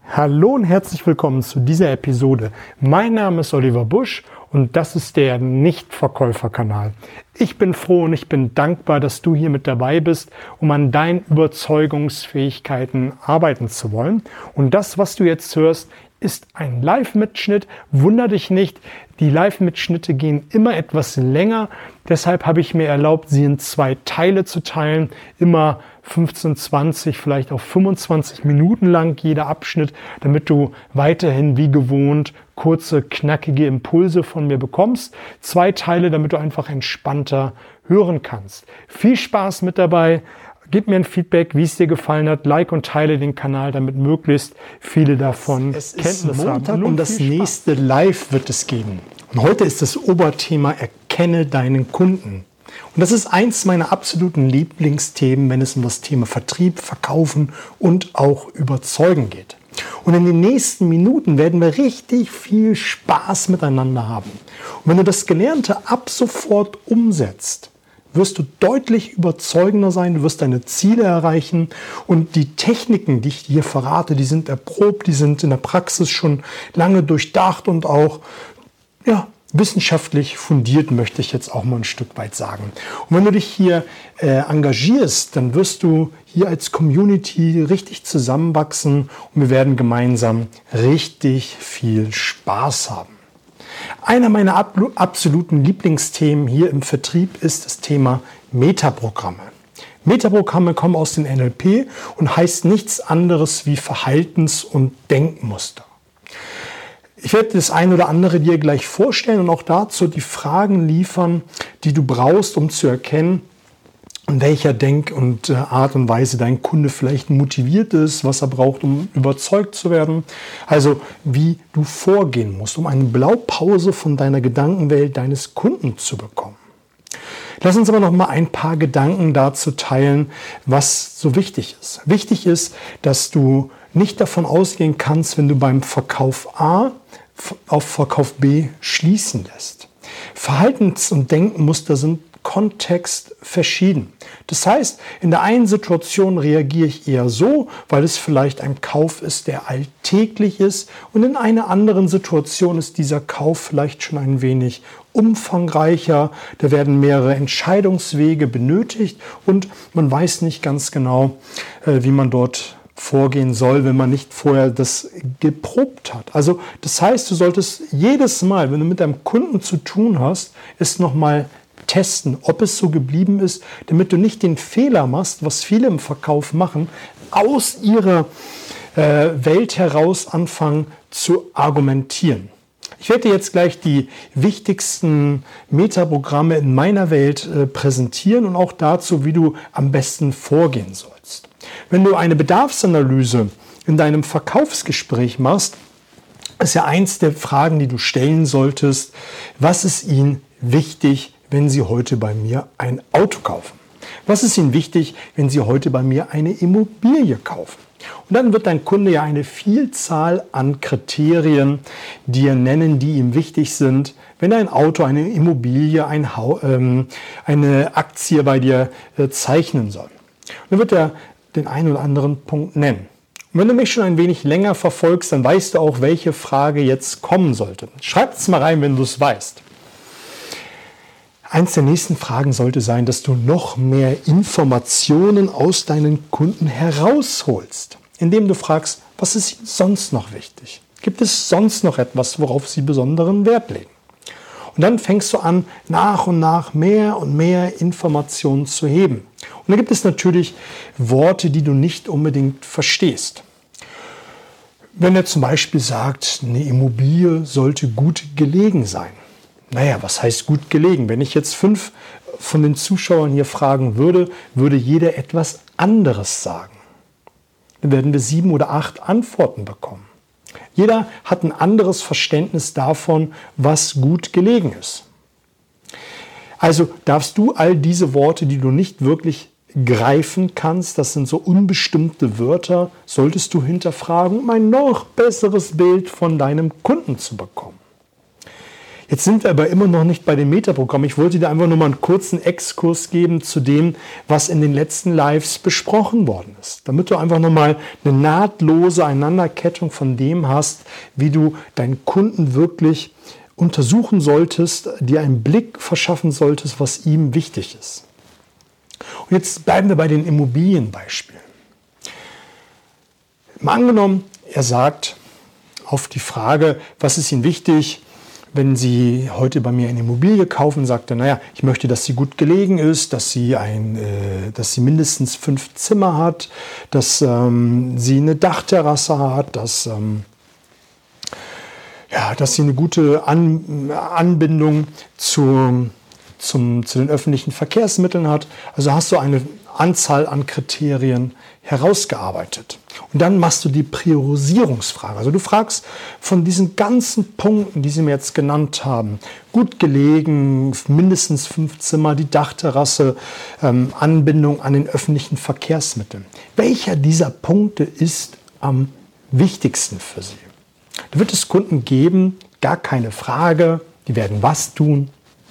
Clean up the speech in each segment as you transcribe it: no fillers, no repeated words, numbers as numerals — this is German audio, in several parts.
Hallo und herzlich willkommen zu dieser Episode. Mein Name ist Oliver Busch und das ist der Nichtverkäuferkanal. Ich bin froh und ich bin dankbar, dass du hier mit dabei bist, um an deinen Überzeugungsfähigkeiten arbeiten zu wollen. Und das, was du jetzt hörst, ist ein Live-Mitschnitt. Wunder dich nicht, die Live-Mitschnitte gehen immer etwas länger. Deshalb habe ich mir erlaubt, sie in 2 Teile zu teilen. Immer 15, 20, vielleicht auch 25 Minuten lang jeder Abschnitt, damit du weiterhin wie gewohnt kurze, knackige Impulse von mir bekommst. 2 Teile, damit du einfach entspannter hören kannst. Viel Spaß mit dabei. Gib mir ein Feedback, wie es dir gefallen hat. Like und teile den Kanal, damit möglichst viele davon Kenntnis haben. Es ist Montag und das nächste Live wird es geben. Und heute ist das Oberthema Erkenne deinen Kunden. Und das ist eins meiner absoluten Lieblingsthemen, wenn es um das Thema Vertrieb, Verkaufen und auch Überzeugen geht. Und in den nächsten Minuten werden wir richtig viel Spaß miteinander haben. Und wenn du das Gelernte ab sofort umsetzt, wirst du deutlich überzeugender sein, du wirst deine Ziele erreichen und die Techniken, die ich dir verrate, die sind erprobt, die sind in der Praxis schon lange durchdacht und auch wissenschaftlich fundiert, möchte ich jetzt auch mal ein Stück weit sagen. Und wenn du dich hier engagierst, dann wirst du hier als Community richtig zusammenwachsen und wir werden gemeinsam richtig viel Spaß haben. Einer meiner absoluten Lieblingsthemen hier im Vertrieb ist das Thema Metaprogramme. Metaprogramme kommen aus dem NLP und heißt nichts anderes wie Verhaltens- und Denkmuster. Ich werde das ein oder andere dir gleich vorstellen und auch dazu die Fragen liefern, die du brauchst, um zu erkennen, in welcher Denk- und Art und Weise dein Kunde vielleicht motiviert ist, was er braucht, um überzeugt zu werden. Also wie du vorgehen musst, um eine Blaupause von deiner Gedankenwelt deines Kunden zu bekommen. Lass uns aber noch mal ein paar Gedanken dazu teilen, was so wichtig ist. Wichtig ist, dass du nicht davon ausgehen kannst, wenn du beim Verkauf A auf Verkauf B schließen lässt. Verhaltens- und Denkmuster sind kontextverschieden. Das heißt, in der einen Situation reagiere ich eher so, weil es vielleicht ein Kauf ist, der alltäglich ist, und in einer anderen Situation ist dieser Kauf vielleicht schon ein wenig umfangreicher. Da werden mehrere Entscheidungswege benötigt und man weiß nicht ganz genau, wie man dort vorgehen soll, wenn man nicht vorher das geprobt hat. Also das heißt, du solltest jedes Mal, wenn du mit deinem Kunden zu tun hast, es nochmal testen, ob es so geblieben ist, damit du nicht den Fehler machst, was viele im Verkauf machen, aus ihrer Welt heraus anfangen zu argumentieren. Ich werde dir jetzt gleich die wichtigsten Metaprogramme in meiner Welt präsentieren und auch dazu, wie du am besten vorgehen sollst. Wenn du eine Bedarfsanalyse in deinem Verkaufsgespräch machst, ist ja eins der Fragen, die du stellen solltest: Was ist Ihnen wichtig, wenn Sie heute bei mir ein Auto kaufen? Was ist Ihnen wichtig, wenn Sie heute bei mir eine Immobilie kaufen? Und dann wird dein Kunde ja eine Vielzahl an Kriterien dir nennen, die ihm wichtig sind, wenn er ein Auto, eine Immobilie, eine Aktie bei dir zeichnen soll. Und dann wird er den einen oder anderen Punkt nennen. Und wenn du mich schon ein wenig länger verfolgst, dann weißt du auch, welche Frage jetzt kommen sollte. Schreib es mal rein, wenn du es weißt. Eins der nächsten Fragen sollte sein, dass du noch mehr Informationen aus deinen Kunden herausholst, indem du fragst, was ist ihnen sonst noch wichtig? Gibt es sonst noch etwas, worauf sie besonderen Wert legen? Und dann fängst du an, nach und nach mehr und mehr Informationen zu heben. Und da gibt es natürlich Worte, die du nicht unbedingt verstehst. Wenn er zum Beispiel sagt, eine Immobilie sollte gut gelegen sein. Naja, was heißt gut gelegen? Wenn ich jetzt 5 von den Zuschauern hier fragen würde, würde jeder etwas anderes sagen. Dann werden wir 7 oder 8 Antworten bekommen. Jeder hat ein anderes Verständnis davon, was gut gelegen ist. Also darfst du all diese Worte, die du nicht wirklich greifen kannst, das sind so unbestimmte Wörter, solltest du hinterfragen, um ein noch besseres Bild von deinem Kunden zu bekommen. Jetzt sind wir aber immer noch nicht bei dem Metaprogramm. Ich wollte dir einfach nur mal einen kurzen Exkurs geben zu dem, was in den letzten Lives besprochen worden ist. Damit du einfach nochmal eine nahtlose Einanderkettung von dem hast, wie du deinen Kunden wirklich untersuchen solltest, dir einen Blick verschaffen solltest, was ihm wichtig ist. Und jetzt bleiben wir bei den Immobilienbeispielen. Mal angenommen, er sagt auf die Frage, was ist Ihnen wichtig, wenn Sie heute bei mir eine Immobilie kaufen, sagt er, naja, ich möchte, dass sie gut gelegen ist, dass sie mindestens 5 Zimmer hat, dass sie eine Dachterrasse hat, dass sie eine gute Anbindung zu den öffentlichen Verkehrsmitteln hat. Also hast du eine Anzahl an Kriterien herausgearbeitet. Und dann machst du die Priorisierungsfrage. Also du fragst von diesen ganzen Punkten, die sie mir jetzt genannt haben, gut gelegen, mindestens 5 Zimmer, die Dachterrasse, Anbindung an den öffentlichen Verkehrsmitteln. Welcher dieser Punkte ist am wichtigsten für sie? Da wird es Kunden geben, gar keine Frage, die werden was tun?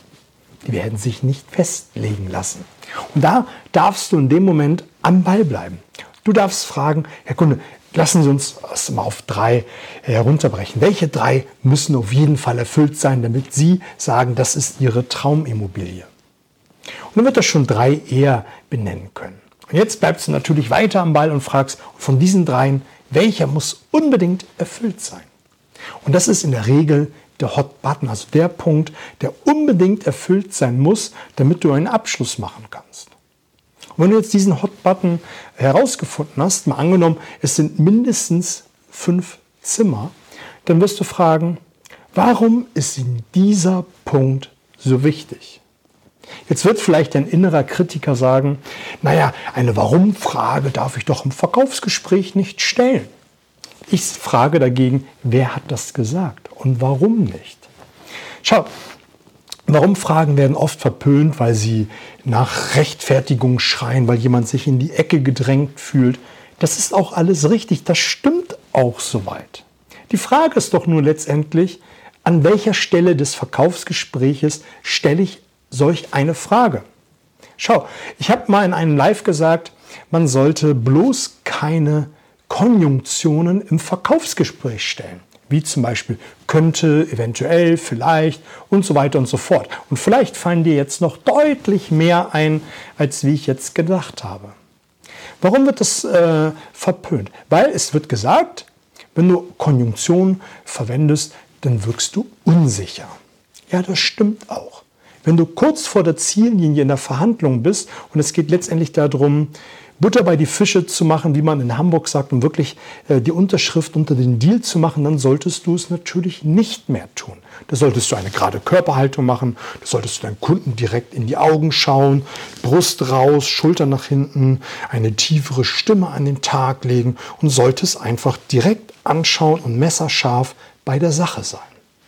Die werden sich nicht festlegen lassen. Und da darfst du in dem Moment am Ball bleiben. Du darfst fragen, Herr Kunde, lassen Sie uns das mal auf 3 herunterbrechen. Welche 3 müssen auf jeden Fall erfüllt sein, damit Sie sagen, das ist Ihre Traumimmobilie? Und dann wird das schon 3 eher benennen können. Und jetzt bleibst du natürlich weiter am Ball und fragst, von diesen 3, welcher muss unbedingt erfüllt sein? Und das ist in der Regel der Hot Button, also der Punkt, der unbedingt erfüllt sein muss, damit du einen Abschluss machen kannst. Und wenn du jetzt diesen Hot Button herausgefunden hast, mal angenommen, es sind mindestens 5 Zimmer, dann wirst du fragen, warum ist Ihnen dieser Punkt so wichtig? Jetzt wird vielleicht ein innerer Kritiker sagen, naja, eine Warum-Frage darf ich doch im Verkaufsgespräch nicht stellen. Ich frage dagegen, wer hat das gesagt und warum nicht? Schau, Warum-Fragen werden oft verpönt, weil sie nach Rechtfertigung schreien, weil jemand sich in die Ecke gedrängt fühlt. Das ist auch alles richtig, das stimmt auch soweit. Die Frage ist doch nur letztendlich, an welcher Stelle des Verkaufsgespräches stelle ich solch eine Frage? Schau, ich habe mal in einem Live gesagt, man sollte bloß keine Konjunktionen im Verkaufsgespräch stellen. Wie zum Beispiel könnte, eventuell, vielleicht und so weiter und so fort. Und vielleicht fallen dir jetzt noch deutlich mehr ein, als wie ich jetzt gedacht habe. Warum wird das verpönt? Weil es wird gesagt, wenn du Konjunktion verwendest, dann wirkst du unsicher. Ja, das stimmt auch. Wenn du kurz vor der Ziellinie in der Verhandlung bist und es geht letztendlich darum, Butter bei die Fische zu machen, wie man in Hamburg sagt, um wirklich die Unterschrift unter den Deal zu machen, dann solltest du es natürlich nicht mehr tun. Da solltest du eine gerade Körperhaltung machen, da solltest du deinen Kunden direkt in die Augen schauen, Brust raus, Schulter nach hinten, eine tiefere Stimme an den Tag legen und solltest einfach direkt anschauen und messerscharf bei der Sache sein.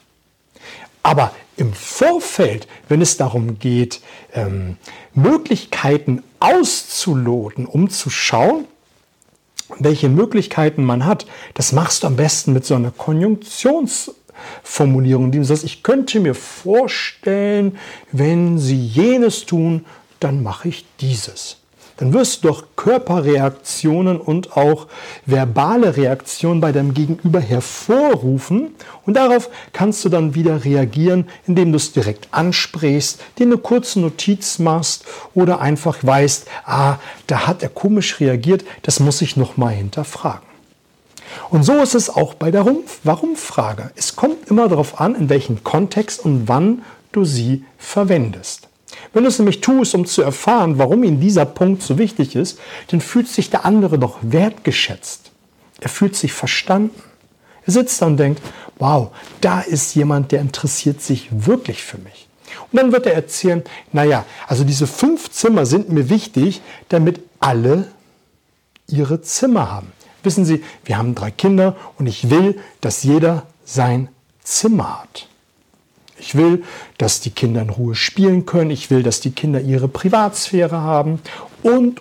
Aber im Vorfeld, wenn es darum geht, Möglichkeiten auszuloten, um zu schauen, welche Möglichkeiten man hat, das machst du am besten mit so einer Konjunktionsformulierung, die du sagst, ich könnte mir vorstellen, wenn Sie jenes tun, dann mache ich dieses. Dann wirst du doch Körperreaktionen und auch verbale Reaktionen bei deinem Gegenüber hervorrufen und darauf kannst du dann wieder reagieren, indem du es direkt ansprichst, dir eine kurze Notiz machst oder einfach weißt, da hat er komisch reagiert, das muss ich nochmal hinterfragen. Und so ist es auch bei der Warum-Frage. Es kommt immer darauf an, in welchem Kontext und wann du sie verwendest. Wenn du es nämlich tust, um zu erfahren, warum ihm dieser Punkt so wichtig ist, dann fühlt sich der andere doch wertgeschätzt. Er fühlt sich verstanden. Er sitzt da und denkt, wow, da ist jemand, der interessiert sich wirklich für mich. Und dann wird er erzählen, naja, also diese 5 Zimmer sind mir wichtig, damit alle ihre Zimmer haben. Wissen Sie, wir haben 3 Kinder und ich will, dass jeder sein Zimmer hat. Ich will, dass die Kinder in Ruhe spielen können. Ich will, dass die Kinder ihre Privatsphäre haben und.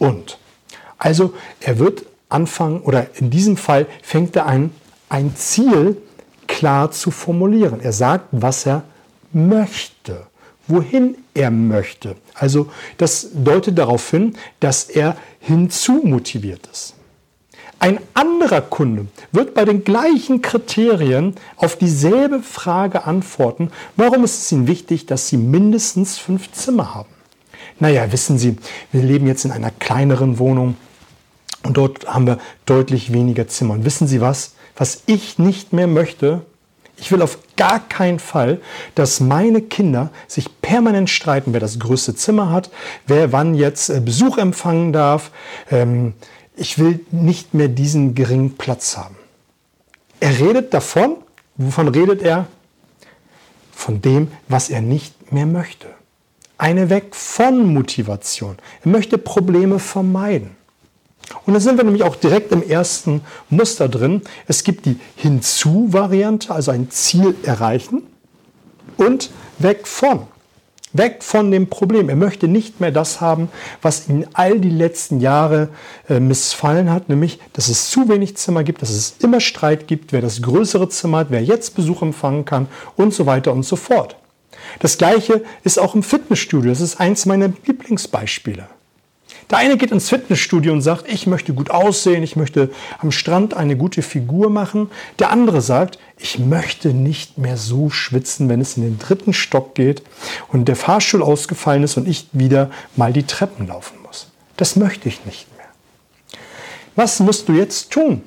Also er wird anfangen, oder in diesem Fall fängt er an, ein Ziel klar zu formulieren. Er sagt, was er möchte, wohin er möchte. Also das deutet darauf hin, dass er hinzumotiviert ist. Ein anderer Kunde wird bei den gleichen Kriterien auf dieselbe Frage antworten, warum ist es Ihnen wichtig, dass Sie mindestens 5 Zimmer haben? Naja, wissen Sie, wir leben jetzt in einer kleineren Wohnung und dort haben wir deutlich weniger Zimmer. Und wissen Sie was ich nicht mehr möchte? Ich will auf gar keinen Fall, dass meine Kinder sich permanent streiten, wer das größte Zimmer hat, wer wann jetzt Besuch empfangen darf. Ich will nicht mehr diesen geringen Platz haben. Er redet davon. Wovon redet er? Von dem, was er nicht mehr möchte. Eine Weg von Motivation. Er möchte Probleme vermeiden. Und da sind wir nämlich auch direkt im ersten Muster drin. Es gibt die Hinzu-Variante, also ein Ziel erreichen, und weg von. Weg von dem Problem. Er möchte nicht mehr das haben, was ihm all die letzten Jahre missfallen hat, nämlich, dass es zu wenig Zimmer gibt, dass es immer Streit gibt, wer das größere Zimmer hat, wer jetzt Besuch empfangen kann und so weiter und so fort. Das Gleiche ist auch im Fitnessstudio. Das ist eins meiner Lieblingsbeispiele. Der eine geht ins Fitnessstudio und sagt, ich möchte gut aussehen, ich möchte am Strand eine gute Figur machen. Der andere sagt, ich möchte nicht mehr so schwitzen, wenn es in den 3. Stock geht und der Fahrstuhl ausgefallen ist und ich wieder mal die Treppen laufen muss. Das möchte ich nicht mehr. Was musst du jetzt tun?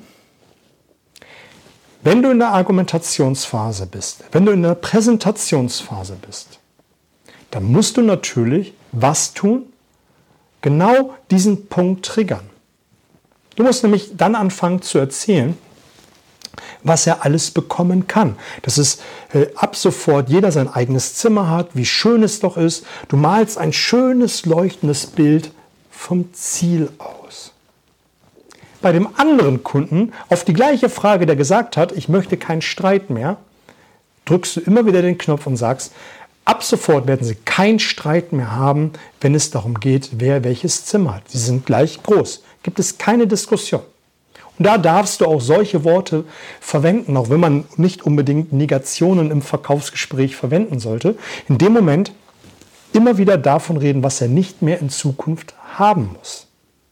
Wenn du in der Argumentationsphase bist, wenn du in der Präsentationsphase bist, dann musst du natürlich was tun? Genau diesen Punkt triggern. Du musst nämlich dann anfangen zu erzählen, was er alles bekommen kann. Dass es ab sofort jeder sein eigenes Zimmer hat, wie schön es doch ist. Du malst ein schönes, leuchtendes Bild vom Ziel aus. Bei dem anderen Kunden auf die gleiche Frage, der gesagt hat, ich möchte keinen Streit mehr, drückst du immer wieder den Knopf und sagst, ab sofort werden Sie keinen Streit mehr haben, wenn es darum geht, wer welches Zimmer hat. Sie sind gleich groß. Gibt es keine Diskussion. Und da darfst du auch solche Worte verwenden, auch wenn man nicht unbedingt Negationen im Verkaufsgespräch verwenden sollte. In dem Moment immer wieder davon reden, was er nicht mehr in Zukunft haben muss.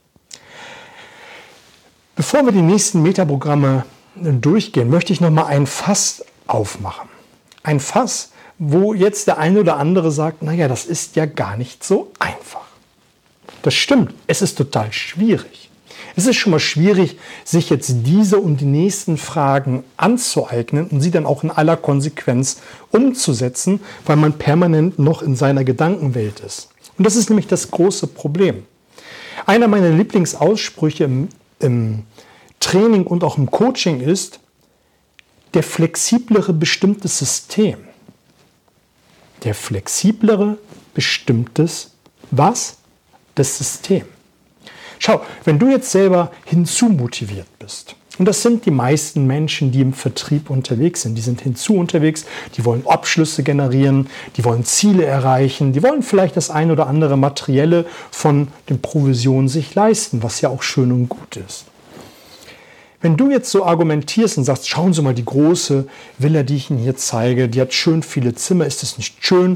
Bevor wir die nächsten Metaprogramme durchgehen, möchte ich nochmal ein Fass aufmachen. Ein Fass, wo jetzt der eine oder andere sagt, naja, das ist ja gar nicht so einfach. Das stimmt, es ist total schwierig. Es ist schon mal schwierig, sich jetzt diese und die nächsten Fragen anzueignen und sie dann auch in aller Konsequenz umzusetzen, weil man permanent noch in seiner Gedankenwelt ist. Und das ist nämlich das große Problem. Einer meiner Lieblingsaussprüche im Training und auch im Coaching ist, der flexiblere bestimmtes System. Der flexiblere bestimmtes was? Das System. Schau, wenn du jetzt selber hinzumotiviert bist, und das sind die meisten Menschen, die im Vertrieb unterwegs sind, die sind hinzu unterwegs, die wollen Abschlüsse generieren, die wollen Ziele erreichen, die wollen vielleicht das ein oder andere Materielle von den Provisionen sich leisten, was ja auch schön und gut ist. Wenn du jetzt so argumentierst und sagst, schauen Sie mal die große Villa, die ich Ihnen hier zeige, die hat schön viele Zimmer, ist das nicht schön?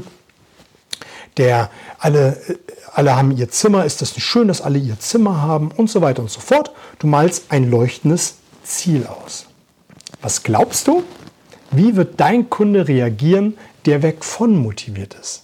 Alle haben ihr Zimmer, ist das nicht schön, dass alle ihr Zimmer haben und so weiter und so fort. Du malst ein leuchtendes Ziel aus. Was glaubst du? Wie wird dein Kunde reagieren, der weg von motiviert ist?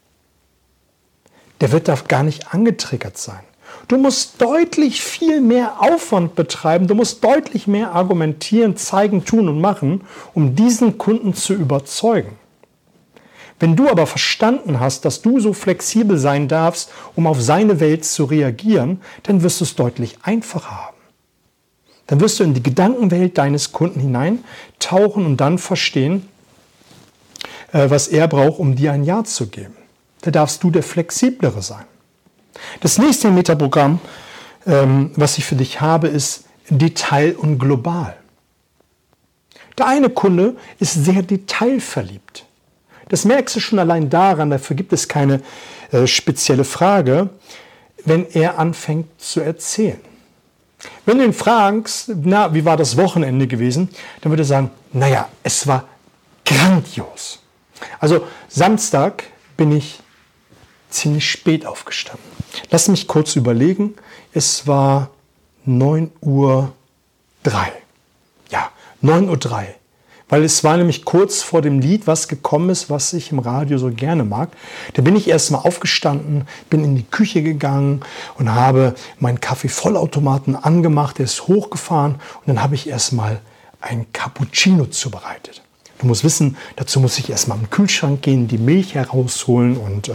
Der wird da gar nicht angetriggert sein. Du musst deutlich viel mehr Aufwand betreiben, du musst deutlich mehr argumentieren, zeigen, tun und machen, um diesen Kunden zu überzeugen. Wenn du aber verstanden hast, dass du so flexibel sein darfst, um auf seine Welt zu reagieren, dann wirst du es deutlich einfacher haben. Dann wirst du in die Gedankenwelt deines Kunden hineintauchen und dann verstehen, was er braucht, um dir ein Ja zu geben. Da darfst du der Flexiblere sein. Das nächste Metaprogramm, was ich für dich habe, ist Detail und global. Der eine Kunde ist sehr detailverliebt. Das merkst du schon allein daran, dafür gibt es keine spezielle Frage, wenn er anfängt zu erzählen. Wenn du ihn fragst, na, wie war das Wochenende gewesen, dann würde er sagen, naja, es war grandios. Also Samstag bin ich ziemlich spät aufgestanden. Lass mich kurz überlegen. Es war 9:03 Uhr. Ja, 9:03 Uhr. Weil es war nämlich kurz vor dem Lied, was gekommen ist, was ich im Radio so gerne mag. Da bin ich erstmal aufgestanden, bin in die Küche gegangen und habe meinen Kaffeevollautomaten angemacht, der ist hochgefahren und dann habe ich erstmal ein Cappuccino zubereitet. Du musst wissen, dazu muss ich erstmal im Kühlschrank gehen, die Milch herausholen und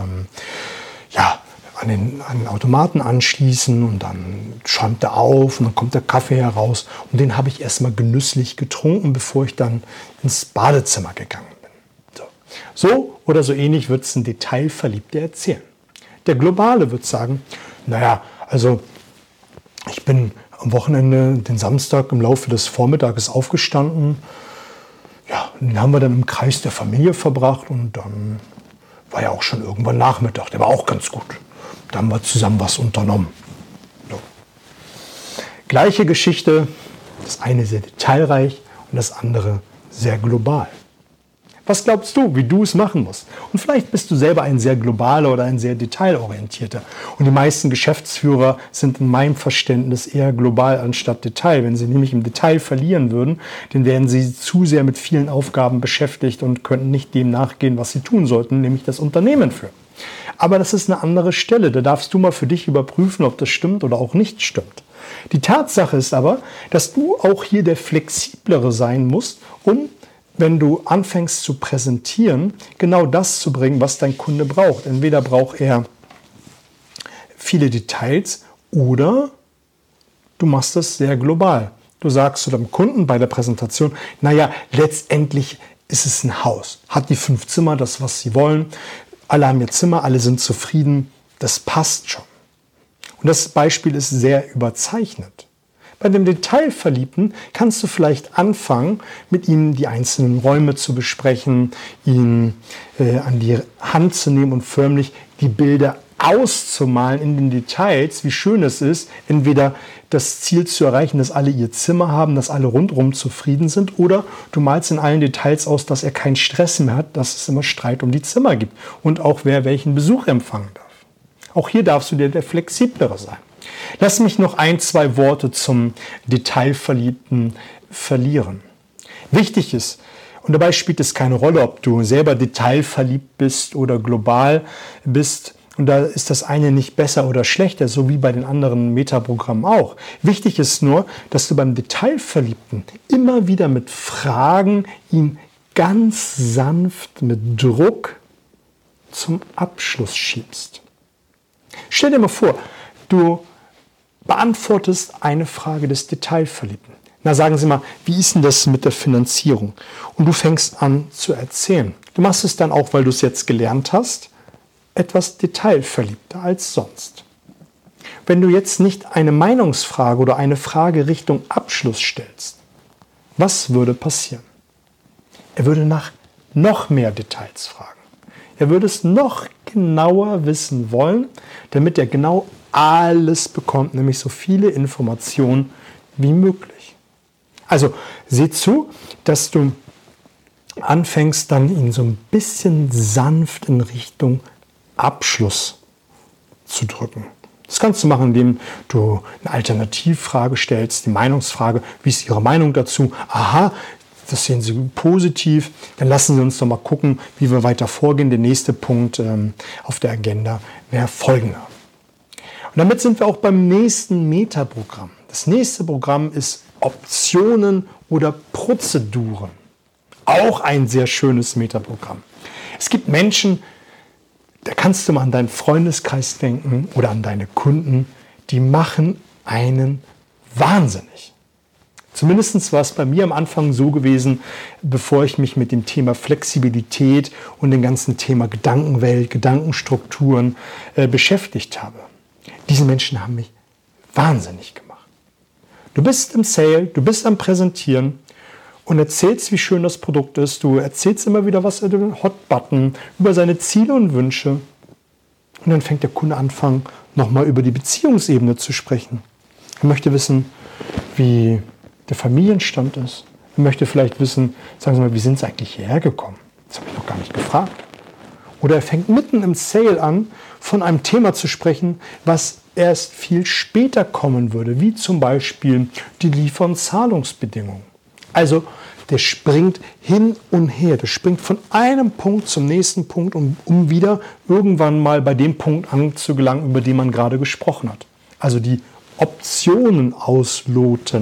an den Automaten anschließen und dann schäumt er auf und dann kommt der Kaffee heraus und den habe ich erstmal genüsslich getrunken, bevor ich dann ins Badezimmer gegangen bin. So oder so ähnlich wird es ein Detailverliebter erzählen. Der Globale wird sagen, naja, also ich bin am Wochenende, den Samstag im Laufe des Vormittages aufgestanden. Ja, den haben wir dann im Kreis der Familie verbracht und dann war ja auch schon irgendwann Nachmittag. Der war auch ganz gut. Da haben wir zusammen was unternommen. So. Gleiche Geschichte, das eine sehr detailreich und das andere sehr global. Was glaubst du, wie du es machen musst? Und vielleicht bist du selber ein sehr globaler oder ein sehr detailorientierter. Und die meisten Geschäftsführer sind in meinem Verständnis eher global anstatt Detail. Wenn sie nämlich im Detail verlieren würden, dann wären sie zu sehr mit vielen Aufgaben beschäftigt und könnten nicht dem nachgehen, was sie tun sollten, nämlich das Unternehmen führen. Aber das ist eine andere Stelle. Da darfst du mal für dich überprüfen, ob das stimmt oder auch nicht stimmt. Die Tatsache ist aber, dass du auch hier der Flexiblere sein musst, um, wenn du anfängst zu präsentieren, genau das zu bringen, was dein Kunde braucht. Entweder braucht er viele Details oder du machst es sehr global. Du sagst zu deinem Kunden bei der Präsentation, naja, letztendlich ist es ein Haus. Hat die 5 Zimmer, das, was sie wollen. Alle haben ihr Zimmer, alle sind zufrieden. Das passt schon. Und das Beispiel ist sehr überzeichnet. Bei dem Detailverliebten kannst du vielleicht anfangen, mit ihm die einzelnen Räume zu besprechen, ihn an die Hand zu nehmen und förmlich die Bilder auszumalen in den Details, wie schön es ist, entweder das Ziel zu erreichen, dass alle ihr Zimmer haben, dass alle rundherum zufrieden sind, oder du malst in allen Details aus, dass er keinen Stress mehr hat, dass es immer Streit um die Zimmer gibt und auch wer welchen Besuch empfangen darf. Auch hier darfst du dir der Flexiblere sein. Lass mich noch 1, 2 Worte zum Detailverliebten verlieren. Wichtig ist, und dabei spielt es keine Rolle, ob du selber detailverliebt bist oder global bist, und da ist das eine nicht besser oder schlechter, so wie bei den anderen Metaprogrammen auch. Wichtig ist nur, dass du beim Detailverliebten immer wieder mit Fragen ihn ganz sanft mit Druck zum Abschluss schiebst. Stell dir mal vor, du beantwortest eine Frage des Detailverliebten. Na, sagen Sie mal, wie ist denn das mit der Finanzierung? Und du fängst an zu erzählen. Du machst es dann auch, weil du es jetzt gelernt hast, etwas detailverliebter als sonst. Wenn du jetzt nicht eine Meinungsfrage oder eine Frage Richtung Abschluss stellst, was würde passieren? Er würde nach noch mehr Details fragen. Er würde es noch genauer wissen wollen, damit er genau alles bekommt, nämlich so viele Informationen wie möglich. Also sieh zu, dass du anfängst, dann ihn so ein bisschen sanft in Richtung Abschluss zu drücken. Das kannst du machen, indem du eine Alternativfrage stellst, die Meinungsfrage, wie ist Ihre Meinung dazu? Aha, das sehen Sie positiv. Dann lassen Sie uns doch mal gucken, wie wir weiter vorgehen. Der nächste Punkt auf der Agenda wäre folgender. Und damit sind wir auch beim nächsten Metaprogramm. Das nächste Programm ist Optionen oder Prozeduren. Auch ein sehr schönes Metaprogramm. Es gibt Menschen, da kannst du mal an deinen Freundeskreis denken oder an deine Kunden, die machen einen wahnsinnig. Zumindest war es bei mir am Anfang so gewesen, bevor ich mich mit dem Thema Flexibilität und dem ganzen Thema Gedankenwelt, Gedankenstrukturen beschäftigt habe. Diese Menschen haben mich wahnsinnig gemacht. Du bist im Sale, du bist am Präsentieren und erzählst, wie schön das Produkt ist. Du erzählst immer wieder was über den Hot-Button, über seine Ziele und Wünsche. Und dann fängt der Kunde an, nochmal über die Beziehungsebene zu sprechen. Er möchte wissen, wie der Familienstand ist. Er möchte vielleicht wissen, sagen Sie mal, wie sind Sie eigentlich hierher gekommen? Das habe ich noch gar nicht gefragt. Oder er fängt mitten im Sale an, von einem Thema zu sprechen, was erst viel später kommen würde, wie zum Beispiel die Liefer- und Zahlungsbedingungen. Also der springt hin und her, der springt von einem Punkt zum nächsten Punkt, um wieder irgendwann mal bei dem Punkt anzugelangen, über den man gerade gesprochen hat. Also die Optionen ausloten.